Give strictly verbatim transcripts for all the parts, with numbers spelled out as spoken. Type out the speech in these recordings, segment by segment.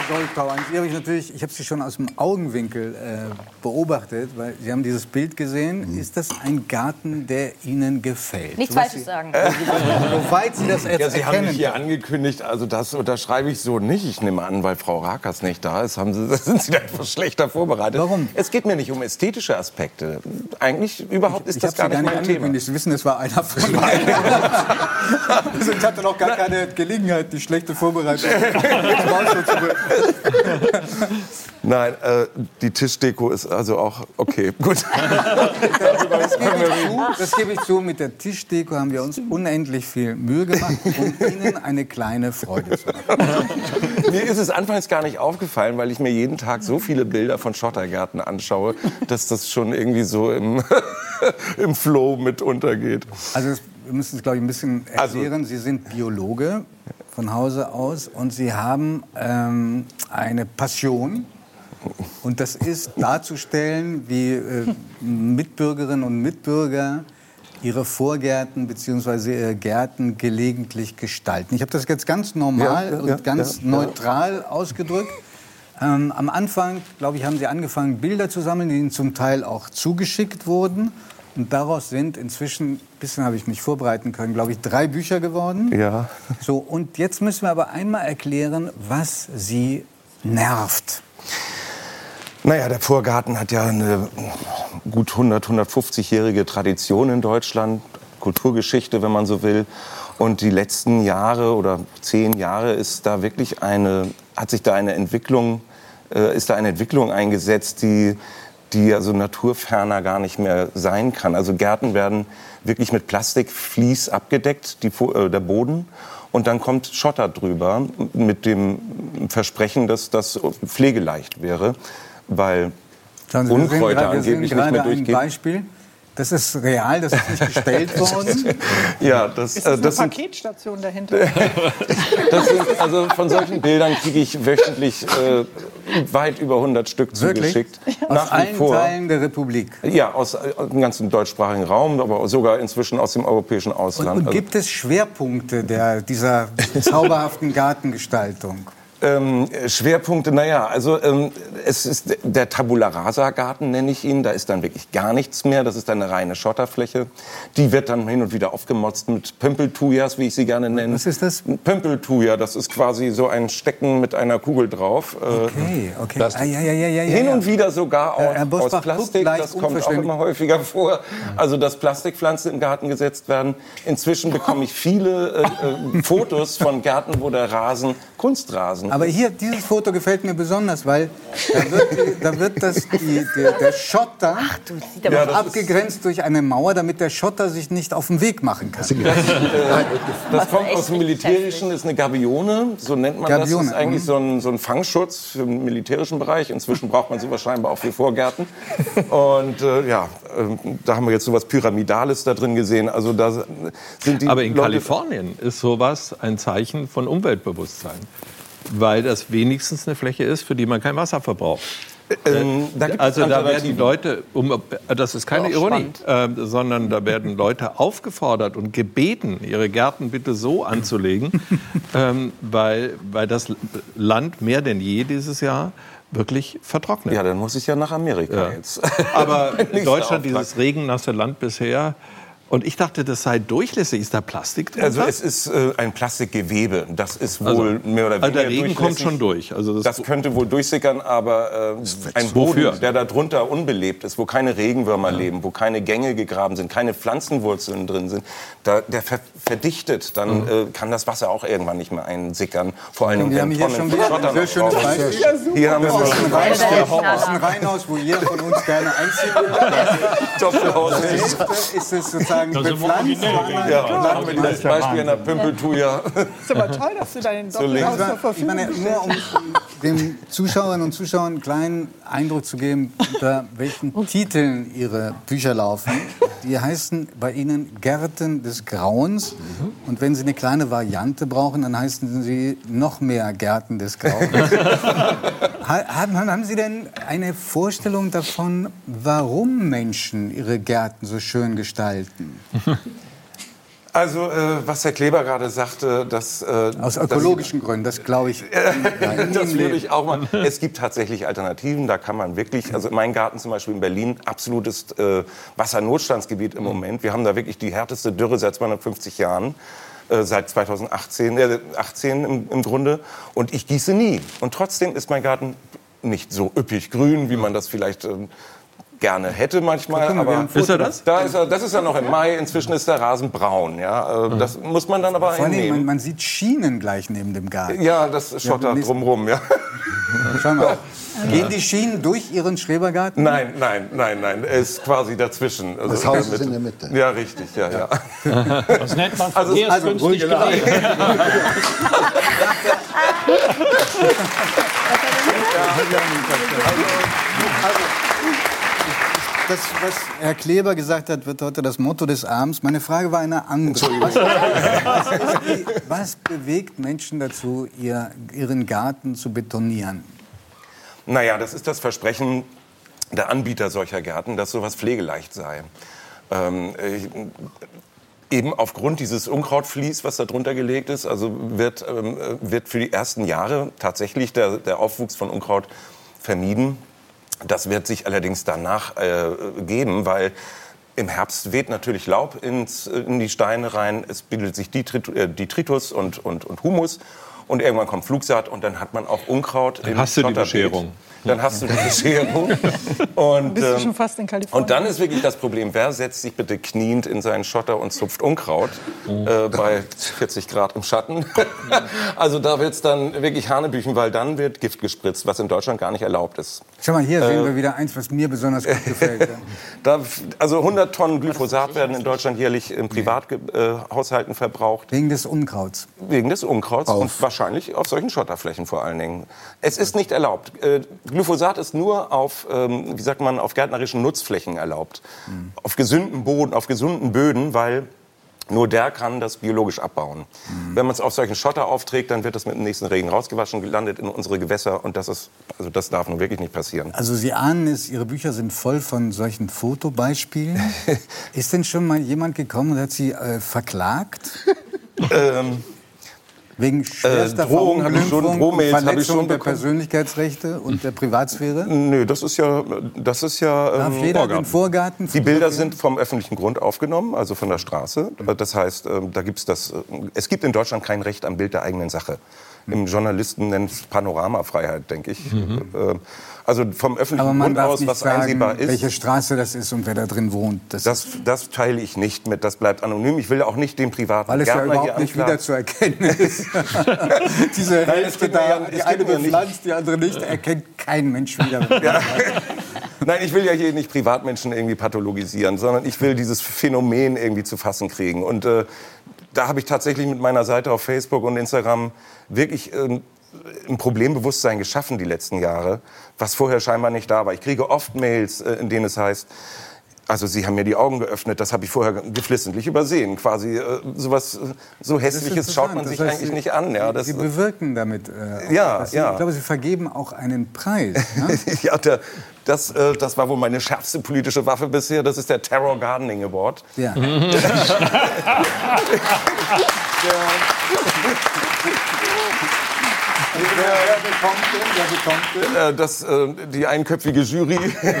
Goldtau, an Sie habe ich natürlich, ich habe Sie schon aus dem Augenwinkel äh, beobachtet, weil Sie haben dieses Bild gesehen. Mhm. Ist das ein Garten, der Ihnen gefällt? Nichts Falsches sagen. Soweit Sie das jetzt ja, Sie erkennen. haben mich hier angekündigt, also das unterschreibe ich so nicht. Ich nehme an, weil Frau Rakers nicht da ist, haben Sie, sind Sie da etwas schlechter vorbereitet. Warum? Es geht mir nicht um ästhetische Aspekte. Eigentlich überhaupt ist ich das gar nicht, gar nicht mein Thema. Sie wissen, es war einer von meinen. Also ich hatte noch gar keine Gelegenheit, die schlechte Vorbereitung zum Ausdruck zu bringen. Nein, äh, die Tischdeko ist also auch okay. Gut. Das gebe ich zu, das gebe ich zu. Mit der Tischdeko haben wir uns unendlich viel Mühe gemacht, um Ihnen eine kleine Freude zu machen. Mir ist es anfangs gar nicht aufgefallen, weil ich mir jeden Tag so viele Bilder von Schottergärten anschaue, dass das schon irgendwie so im, im Flow mit untergeht. Also das, wir müssen es, glaube ich, ein bisschen erklären. Also, Sie sind Biologe von Hause aus und Sie haben ähm, eine Passion. Und das ist darzustellen, wie äh, Mitbürgerinnen und Mitbürger ihre Vorgärten bzw. ihre Gärten gelegentlich gestalten. Ich habe das jetzt ganz normal ja, ja, und ja, ganz ja, neutral ja. ausgedrückt. Ähm, am Anfang, glaube ich, haben Sie angefangen, Bilder zu sammeln, die Ihnen zum Teil auch zugeschickt wurden. Und daraus sind inzwischen, ein bisschen habe ich mich vorbereiten können, glaube ich, drei Bücher geworden. Ja. So, und jetzt müssen wir aber einmal erklären, was Sie nervt. Naja, der Vorgarten hat ja eine gut hundert, hundertfünfzigjährige Tradition in Deutschland, Kulturgeschichte, wenn man so will. Und die letzten Jahre oder zehn Jahre ist da wirklich eine, hat sich da eine Entwicklung, äh, ist da eine Entwicklung eingesetzt, die die also naturferner gar nicht mehr sein kann. Also Gärten werden wirklich mit Plastikvlies abgedeckt, die, äh, der Boden. Und dann kommt Schotter drüber mit dem Versprechen, dass das pflegeleicht wäre, weil Sie, Unkräuter wir angeblich nicht mehr durchgehen. Ein Beispiel. Das ist real, das ist nicht gestellt worden. Ja, das, ist das äh, das eine sind, Paketstation dahinter? das sind, also von solchen Bildern kriege ich wöchentlich äh, weit über hundert Stück Wirklich? zugeschickt. Aus Nach wie allen vor. Teilen der Republik? Ja, aus, aus dem ganzen deutschsprachigen Raum, aber sogar inzwischen aus dem europäischen Ausland. Und, und gibt es Schwerpunkte der, dieser zauberhaften Gartengestaltung? Ähm, Schwerpunkte, naja, also ähm, es ist der Tabula Rasa Garten, nenne ich ihn. Da ist dann wirklich gar nichts mehr. Das ist dann eine reine Schotterfläche. Die wird dann hin und wieder aufgemotzt mit Pömpeltujas, wie ich sie gerne nenne. Was ist das? Pömpeltuja, das ist quasi so ein Stecken mit einer Kugel drauf. Okay, okay. Das ah, ja, ja, ja, ja, hin ja. und wieder sogar auch Herr Bosbach aus Plastik. Das kommt auch immer häufiger vor. Also dass Plastikpflanzen im Garten gesetzt werden. Inzwischen bekomme ich viele äh, äh, Fotos von Gärten, wo der Rasen Kunstrasen. Aber hier, dieses Foto gefällt mir besonders, weil da wird, da wird das, die, der, der Schotter Ach, du, sieht aber Ja, das abgegrenzt durch eine Mauer, damit der Schotter sich nicht auf den Weg machen kann. Das, äh, das kommt aus dem Militärischen, ist eine Gabione, so nennt man Gabione, das. Das ist eigentlich mhm. so ein, so ein Fangschutz für den militärischen Bereich. Inzwischen braucht man sie wahrscheinlich auch für Vorgärten. Und äh, ja, äh, da haben wir jetzt so was Pyramidales da drin gesehen. Also da sind die Aber in Leute Kalifornien ist sowas ein Zeichen von Umweltbewusstsein, weil das wenigstens eine Fläche ist, für die man kein Wasser verbraucht. Ähm, da gibt es also da werden die Alternativen. Leute, um, das ist keine Ironie, äh, sondern da werden Leute aufgefordert und gebeten, ihre Gärten bitte so anzulegen, ähm, weil, weil das Land mehr denn je dieses Jahr wirklich vertrocknet. Ja, dann muss ich ja nach Amerika Ja. jetzt. Aber Nächster Deutschland, Auftrag. dieses regennasse Land bisher. Und ich dachte, das sei durchlässig. Ist da Plastik drin? Also es ist äh, ein Plastikgewebe. Das ist wohl Also, mehr oder weniger also der Regen kommt durchlässig. schon durch. Also das, Das könnte wohl durchsickern, aber äh, ein Wofür? Boden, der darunter unbelebt ist, wo keine Regenwürmer ja. leben, wo keine Gänge gegraben sind, keine Pflanzenwurzeln drin sind, da, der ver verdichtet, dann mhm. äh, kann das Wasser auch irgendwann nicht mehr einsickern. Vor allem, wir wenn haben hier Tonnen schon von wieder Schotter ein sehr noch schönes drauf sind. Beispiel. Ja, Hier haben wir Das ist ein so ein Reihenhaus, das ist ein Reihenhaus, wo jeder von uns gerne einziehen will. Doppelhaus. Zur Hälfte ist es sozusagen bepflanzt. Ja, und das Beispiel einer Pümpeltuja. Ist aber toll, dass du deinen So Doppelhaus links. zur Ich Verfügung meine, nur um den Zuschauerinnen und Zuschauern einen kleinen Eindruck zu geben, unter welchen Titeln ihre Bücher laufen. Die heißen bei Ihnen Gärten des Grauens. Und wenn Sie eine kleine Variante brauchen, dann heißen sie noch mehr Gärten des Grauens. haben, haben Sie denn eine Vorstellung davon, warum Menschen ihre Gärten so schön gestalten? Also, äh, was Herr Kleber gerade sagte, dass... Äh, Aus ökologischen das, Gründen, das glaube ich. Das würde ich auch mal. Es gibt tatsächlich Alternativen, da kann man wirklich... Also mein Garten zum Beispiel in Berlin, absolutes äh, Wassernotstandsgebiet im Moment. Wir haben da wirklich die härteste Dürre seit zweihundertfünfzig Jahren. Äh, seit zweitausendachtzehn äh, achtzehn im, im Grunde. Und ich gieße nie. Und trotzdem ist mein Garten nicht so üppig grün, wie man das vielleicht... Äh, gerne hätte manchmal, mal, aber ist er das? Da ist er, das ist ja noch im Mai. Inzwischen ist der Rasen braun. Ja, das muss man dann aber Vor allem, hinnehmen. man, man sieht Schienen gleich neben dem Garten. Ja, das Schotter ja, drumherum. Ja. Schau mal. Gehen die Schienen durch Ihren Schrebergarten? Nein, nein, nein, nein. Er ist quasi dazwischen. Also das Haus ist in der Mitte. Ja, richtig. Ja, ja. Das nennt man also, verkehrsgünstig also, gelegen. Das, was Herr Kleber gesagt hat, wird heute das Motto des Abends. Meine Frage war eine andere. Was, was, ist die, was bewegt Menschen dazu, ihr, ihren Garten zu betonieren? Naja, das ist das Versprechen der Anbieter solcher Gärten, dass sowas pflegeleicht sei. Ähm, ich, eben aufgrund dieses Unkrautvlies, was da drunter gelegt ist, also wird, ähm, wird für die ersten Jahre tatsächlich der, der Aufwuchs von Unkraut vermieden. Das wird sich allerdings danach äh, geben, weil im Herbst weht natürlich Laub ins, in die Steine rein. Es bildet sich Detritus und, und, und Humus. Und irgendwann kommt Flugsaat und dann hat man auch Unkraut. Dann hast du die Bescherung. Dann hast du die Bescherung. Und, bist du ähm, schon fast in Kalifornien. Und dann ist wirklich das Problem, wer setzt sich bitte kniend in seinen Schotter und zupft Unkraut äh, bei vierzig Grad im Schatten. Also da wird es dann wirklich Hanebüchen, weil dann wird Gift gespritzt, was in Deutschland gar nicht erlaubt ist. Schau mal, hier äh, sehen wir wieder eins, was mir besonders gut gefällt. da, also hundert Tonnen Glyphosat werden in Deutschland jährlich in Privathaushalten verbraucht. Wegen des Unkrauts. Wegen des Unkrauts auf. Und wahrscheinlich auf solchen Schotterflächen vor allen Dingen. Es ist nicht erlaubt. Äh, Glyphosat ist nur auf, ähm, wie sagt man, auf gärtnerischen Nutzflächen erlaubt. Mhm. Auf gesunden Boden, auf gesunden Böden, weil nur der kann das biologisch abbauen. Mhm. Wenn man es auf solchen Schotter aufträgt, dann wird das mit dem nächsten Regen rausgewaschen, gelandet in unsere Gewässer und das ist, also das darf nun wirklich nicht passieren. Also Sie ahnen es, Ihre Bücher sind voll von solchen Fotobeispielen. Ist denn schon mal jemand gekommen und hat Sie äh, verklagt? ähm, Wegen schwerster äh, Drohung, Verunglimpfung, Drohmails Verletzung der Persönlichkeitsrechte und der Privatsphäre? Nö, das ist ja, das ist ja Darf ähm, jeder Vorgarten. den Vorgarten? Die Bilder sind vom öffentlichen Grund aufgenommen, also von der Straße. Das heißt, ähm, da gibt's das. Äh, es gibt in Deutschland kein Recht am Bild der eigenen Sache. Im Journalisten nennt es Panoramafreiheit, denke ich. Mhm. Äh, also vom öffentlichen Aber man Grund darf aus, nicht was sagen, einsehbar ist. welche Straße das ist und wer da drin wohnt. Das, das, das teile ich nicht mit. Das bleibt anonym. Ich will auch nicht den privaten Weil es Gärtner ja überhaupt nicht anklagen. wieder zu erkennen ist. Diese Nein, Hälfte geht mir da, ja- die es eine geht mir ja nicht- bepflanzt, die andere nicht, erkennt kein Mensch wieder. Ja. Nein, ich will ja hier nicht Privatmenschen irgendwie pathologisieren, sondern ich will dieses Phänomen irgendwie zu fassen kriegen. Und äh, da habe ich tatsächlich mit meiner Seite auf Facebook und Instagram wirklich ähm, ein Problembewusstsein geschaffen die letzten Jahre, was vorher scheinbar nicht da war. Ich kriege oft Mails, äh, in denen es heißt, also Sie haben mir die Augen geöffnet, das habe ich vorher geflissentlich übersehen. Quasi äh, sowas, so Hässliches schaut man sich Das heißt, eigentlich Sie, nicht an. Ja, das, Sie bewirken damit äh, Ja, was. ja. Ich glaube, Sie vergeben auch einen Preis. Ne? ja, der, das, äh, das war wohl meine schärfste politische Waffe bisher. Das ist der Terror Gardening Award. Ja. Wer bekommt den? Wer bekommt den? Äh, das, äh, die einköpfige Jury.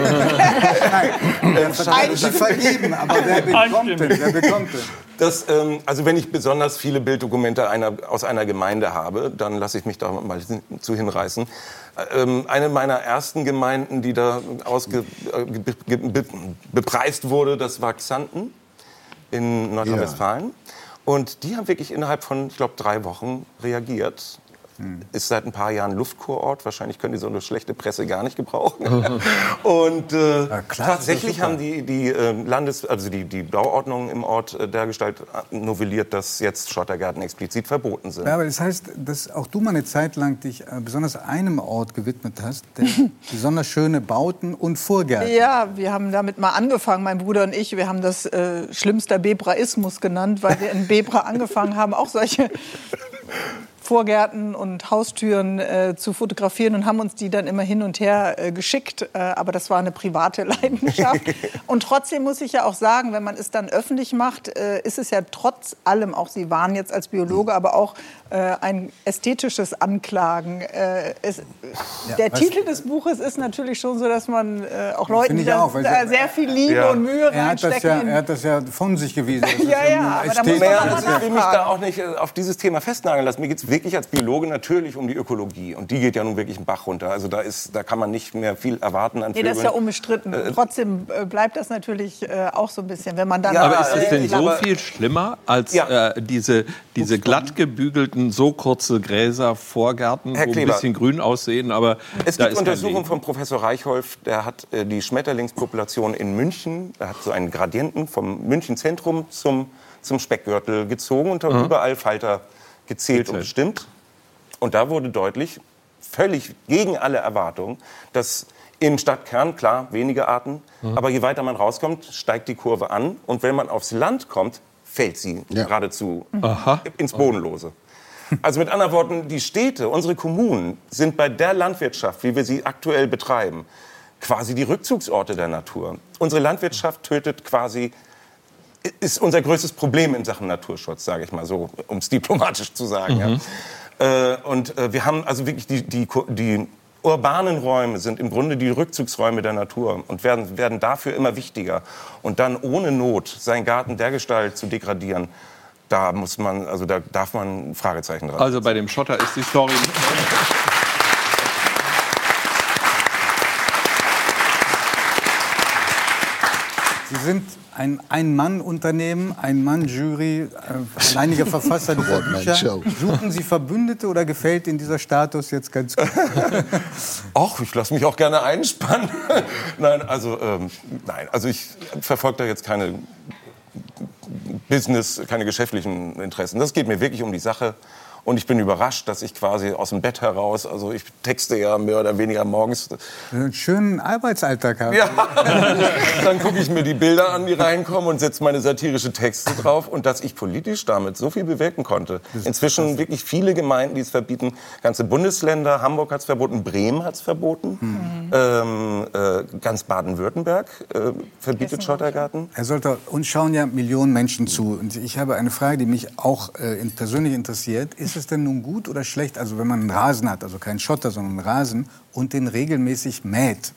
Nein, Sie vergeben, aber wer bekommt den? Wer bekommt den? Das, ähm, also wenn ich besonders viele Bilddokumente einer, aus einer Gemeinde habe, dann lasse ich mich da mal zu hinreißen. Ähm, eine meiner ersten Gemeinden, die da ausge, äh, be, be, bepreist wurde, das war Xanten in Nordrhein-Westfalen. Und die haben wirklich innerhalb von, ich glaube, drei Wochen reagiert. Ist seit ein paar Jahren Luftkurort. Wahrscheinlich können die so eine schlechte Presse gar nicht gebrauchen. Und äh, Ja, klar, tatsächlich das ist haben die, die äh, Landes-, also die, die Bauordnung im Ort äh, dergestalt novelliert, dass jetzt Schottergärten explizit verboten sind. Ja, aber das heißt, dass auch du mal eine Zeit lang dich äh, besonders einem Ort gewidmet hast, der besonders schöne Bauten und Vorgärten. Ja, wir haben damit mal angefangen, mein Bruder und ich. Wir haben das äh, schlimmster Bebraismus genannt, weil wir in Bebra angefangen haben, auch solche Vorgärten und Haustüren äh, zu fotografieren und haben uns die dann immer hin und her äh, geschickt. Äh, aber das war eine private Leidenschaft. Und trotzdem muss ich ja auch sagen, wenn man es dann öffentlich macht, äh, ist es ja trotz allem, auch Sie waren jetzt als Biologe, aber auch äh, ein ästhetisches Anklagen. Äh, es, ja, der Titel des Buches ist natürlich schon so, dass man äh, auch Leuten, die da auch, äh, sehr viel Liebe ja. und Mühe er hat, das ja, er hat das ja von sich gewiesen. ja, ja, aber da muss man naja, mal also ich will mich da auch nicht auf dieses Thema festnageln lassen. Mir geht es wirklich als Biologe natürlich um die Ökologie. Und die geht ja nun wirklich einen Bach runter. Also da, ist, da kann man nicht mehr viel erwarten an Nee, das ist ja unbestritten. Äh, Trotzdem äh, bleibt das natürlich äh, auch so ein bisschen, wenn man dann... Ja, aber ist es äh, denn so viel schlimmer als ja. äh, diese, diese glatt gebügelten, so kurze Gräser, Vorgärten, Herr wo Kleber, ein bisschen grün aussehen, aber es da gibt ist Untersuchungen von Professor Reichholf, der hat äh, die Schmetterlingspopulation in München, er hat so einen Gradienten vom München Zentrum zum, zum Speckgürtel gezogen und hat mhm. überall Falter gezählt Gezählt. und bestimmt. Und da wurde deutlich, völlig gegen alle Erwartungen, dass im Stadtkern, klar, wenige Arten, mhm. aber je weiter man rauskommt, steigt die Kurve an. Und wenn man aufs Land kommt, fällt sie ja. geradezu Aha. ins Bodenlose. Also mit anderen Worten, die Städte, unsere Kommunen sind bei der Landwirtschaft, wie wir sie aktuell betreiben, quasi die Rückzugsorte der Natur. Unsere Landwirtschaft tötet quasi, ist unser größtes Problem in Sachen Naturschutz, sage ich mal so, um es diplomatisch zu sagen. Mhm. Ja. Äh, und äh, wir haben also wirklich die, die, die urbanen Räume sind im Grunde die Rückzugsräume der Natur und werden, werden dafür immer wichtiger. Und dann ohne Not seinen Garten dergestalt zu degradieren, da muss man, also da darf man Fragezeichen dran. Also bei dem Schotter ist die Story. Sie sind ein Ein-Mann-Unternehmen, Ein-Mann-Jury, äh, alleiniger Verfasser dieser Bücher. Suchen Sie Verbündete oder gefällt Ihnen dieser Status jetzt ganz gut? Ach, ich lasse mich auch gerne einspannen. Nein, also, ähm, nein, also ich verfolge da jetzt keine Business, keine geschäftlichen Interessen. Das geht mir wirklich um die Sache. Und ich bin überrascht, dass ich quasi aus dem Bett heraus, also ich texte ja mehr oder weniger morgens. Einen schönen Arbeitsalltag haben. Ja, dann gucke ich mir die Bilder an, die reinkommen und setze meine satirische Texte drauf. Und dass ich politisch damit so viel bewirken konnte. Inzwischen wirklich viele Gemeinden, die es verbieten. Ganze Bundesländer, Hamburg hat es verboten, Bremen hat es verboten. Mhm. Ähm, äh, ganz Baden-Württemberg äh, verbietet Schottergarten. Herr Solter, uns schauen ja Millionen Menschen zu. Und ich habe eine Frage, die mich auch äh, persönlich interessiert. Ist es denn nun gut oder schlecht, also wenn man einen Rasen hat, also keinen Schotter, sondern einen Rasen, und den regelmäßig mäht?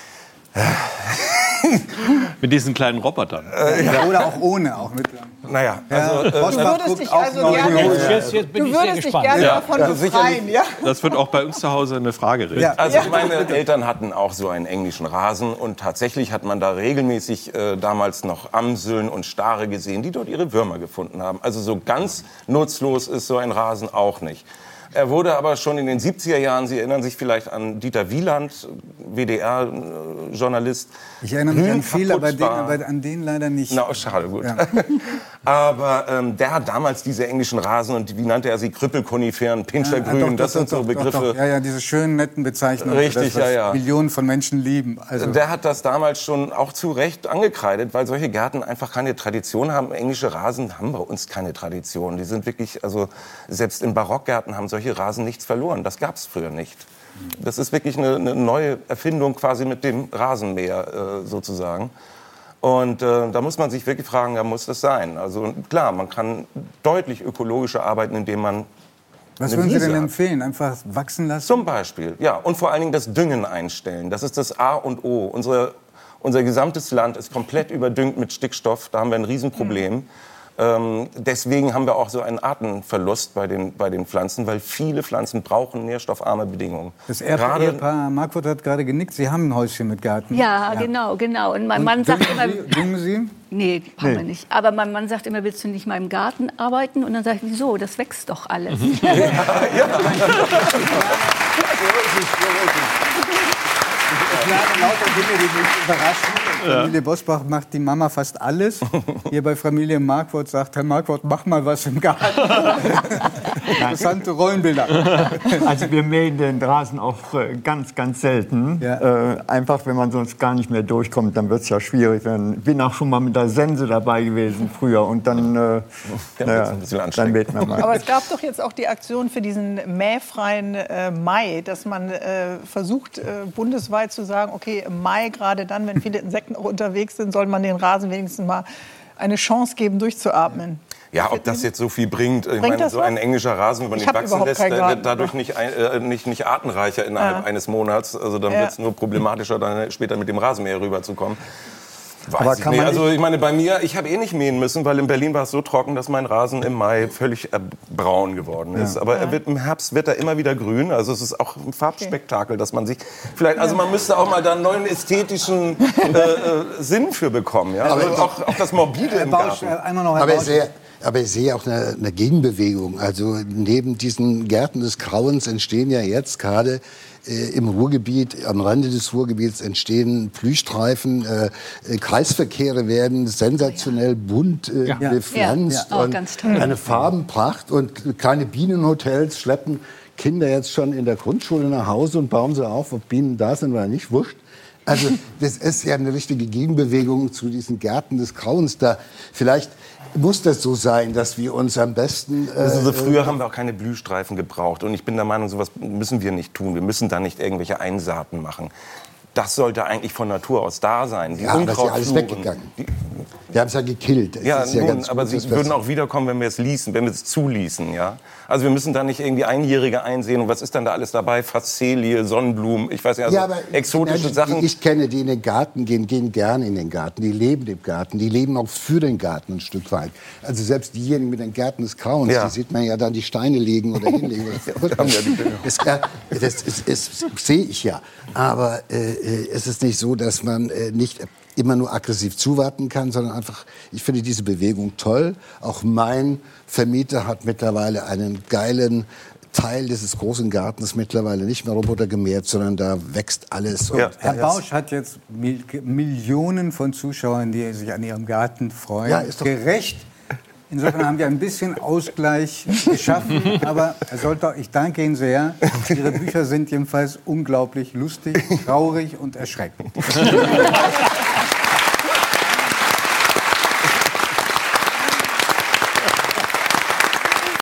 Mit diesen kleinen Robotern. Äh, ja. Oder auch ohne, auch mit. Naja, also, äh, du würdest dich also gerne, jetzt, jetzt bin du ich sehr würdest dich gespannt. gerne Ja. davon Ja, befreien, ja? Das wird auch bei uns zu Hause eine Frage reden. Ja. Also meine Eltern hatten auch so einen englischen Rasen und tatsächlich hat man da regelmäßig äh, damals noch Amseln und Stare gesehen, die dort ihre Würmer gefunden haben. Also so ganz nutzlos ist so ein Rasen auch nicht. Er wurde aber schon in den siebziger Jahren, Sie erinnern sich vielleicht an Dieter Wieland, W D R-Journalist. Ich erinnere mich an viele, aber, den, aber an den leider nicht. Na, schade, gut. Ja. Aber ähm, der hat damals diese englischen Rasen und wie nannte er sie? Krüppelkoniferen, Pinschergrün, Ja, doch, das doch, sind so doch, Begriffe. Doch, doch. Ja, ja, diese schönen, netten Bezeichnungen. Richtig, das, was ja, ja. Millionen von Menschen lieben. Also Der hat das damals schon auch zu Recht angekreidet, weil solche Gärten einfach keine Tradition haben. Englische Rasen haben bei uns keine Tradition. Die sind wirklich, also selbst in Barockgärten haben solche Rasen nichts verloren. Das gab es früher nicht. Das ist wirklich eine, eine neue Erfindung quasi mit dem Rasenmäher äh, sozusagen. Und äh, da muss man sich wirklich fragen, ja, muss das sein? Also klar, man kann deutlich ökologischer arbeiten, indem man was eine würden Sie Wiese denn hat. empfehlen? Einfach wachsen lassen? Zum Beispiel, ja. Und vor allen Dingen das Düngen einstellen. Das ist das A und O. Unsere, unser gesamtes Land ist komplett überdüngt mit Stickstoff. Da haben wir ein Riesenproblem. Mhm. Ähm, deswegen haben wir auch so einen Artenverlust bei den, bei den Pflanzen, weil viele Pflanzen brauchen nährstoffarme Bedingungen. Das Ehepaar Marquardt hat gerade genickt. Sie haben ein Häuschen mit Garten. Ja, ja. genau, genau. Und mein Und Mann sagt immer... Sie, düngen Sie? Nee, haben Nee. wir nicht. Aber mein Mann sagt immer, willst du nicht mal im Garten arbeiten? Und dann sage ich, wieso? Das wächst doch alles. Ich lerne lauter Dinge, die mich überraschen. Ja. Familie Bosbach macht die Mama fast alles. Hier bei Familie Marquardt sagt Herr Marquardt, mach mal was im Garten. Interessante Rollenbilder. Also wir mähen den Rasen auch ganz, ganz selten. Ja. Äh, einfach, wenn man sonst gar nicht mehr durchkommt, dann wird es ja schwierig. Ich bin auch schon mal mit der Sense dabei gewesen früher. Und dann, äh, ja, naja, dann mäht man mal. Aber es gab doch jetzt auch die Aktion für diesen mähfreien äh, Mai, dass man äh, versucht, äh, bundesweit zu sagen, okay, im Mai, gerade dann, wenn viele Insekten auch unterwegs sind, soll man den Rasen wenigstens mal eine Chance geben, durchzuatmen. Ja, ob das jetzt so viel bringt, ich meine, so ein englischer Rasen, wenn man ihn wachsen lässt, der wird dadurch nicht, äh, nicht, nicht artenreicher innerhalb ja. eines Monats. Also dann ja. wird es nur problematischer, dann später mit dem Rasenmäher rüberzukommen. Weiß Aber ich nicht. Also ich meine, bei mir, ich habe eh nicht mähen müssen, weil in Berlin war es so trocken, dass mein Rasen im Mai völlig äh, braun geworden ist. Ja. Aber er wird, im Herbst wird er immer wieder grün. Also es ist auch ein Farbspektakel, dass man sich vielleicht, also man müsste auch mal da einen neuen ästhetischen äh, äh, Sinn für bekommen. Ja? Also auch, auch das Morbide im Garten. Aber sehr Aber ich sehe auch eine, eine Gegenbewegung. Also neben diesen Gärten des Grauens entstehen ja jetzt gerade äh, im Ruhrgebiet, am Rande des Ruhrgebiets entstehen Blühstreifen. Äh, Kreisverkehre werden sensationell bunt äh, ja. bepflanzt. Ja, ja. Und ganz toll. Eine Farbenpracht. Und kleine Bienenhotels schleppen Kinder jetzt schon in der Grundschule nach Hause und bauen sie auf, ob Bienen da sind oder nicht, wurscht. Also das ist ja eine richtige Gegenbewegung zu diesen Gärten des Grauens. Da vielleicht muss das so sein, dass wir uns am besten... Äh, also früher haben wir auch keine Blühstreifen gebraucht. Und ich bin der Meinung, sowas müssen wir nicht tun. Wir müssen da nicht irgendwelche Einsaaten machen. Das sollte eigentlich von Natur aus da sein. Die ja, das ist ja alles weggegangen. Die, wir haben es ja gekillt. Ja, ja nun, ganz aber sie würden auch wiederkommen, wenn wir es ließen, wenn wir es zuließen. Ja? Also wir müssen da nicht irgendwie Einjährige einsehen. Und was ist dann da alles dabei? Facelie, Sonnenblumen, ich weiß nicht, also ja, aber exotische ich, Sachen. Ich kenne die in den Garten gehen, gehen gerne in den Garten. Die leben im Garten. Die leben auch für den Garten ein Stück weit. Also selbst diejenigen mit den Gärten des Grauens, ja. die sieht man ja dann die Steine legen oder hinlegen. das das, das, das, das sehe ich ja. Aber äh, es ist nicht so, dass man äh, nicht immer nur aggressiv zuwarten kann, sondern einfach, ich finde diese Bewegung toll. Auch mein Vermieter hat mittlerweile einen geilen Teil dieses großen Gartens mittlerweile nicht mehr Roboter gemäht, sondern da wächst alles. Ja. Herr Bausch hat jetzt Mil Millionen von Zuschauern, die sich an ihrem Garten freuen. Ja, ist doch gerecht. Insofern haben wir ein bisschen Ausgleich geschaffen, aber Herr Soltau, ich danke Ihnen sehr. Ihre Bücher sind jedenfalls unglaublich lustig, traurig und erschreckend.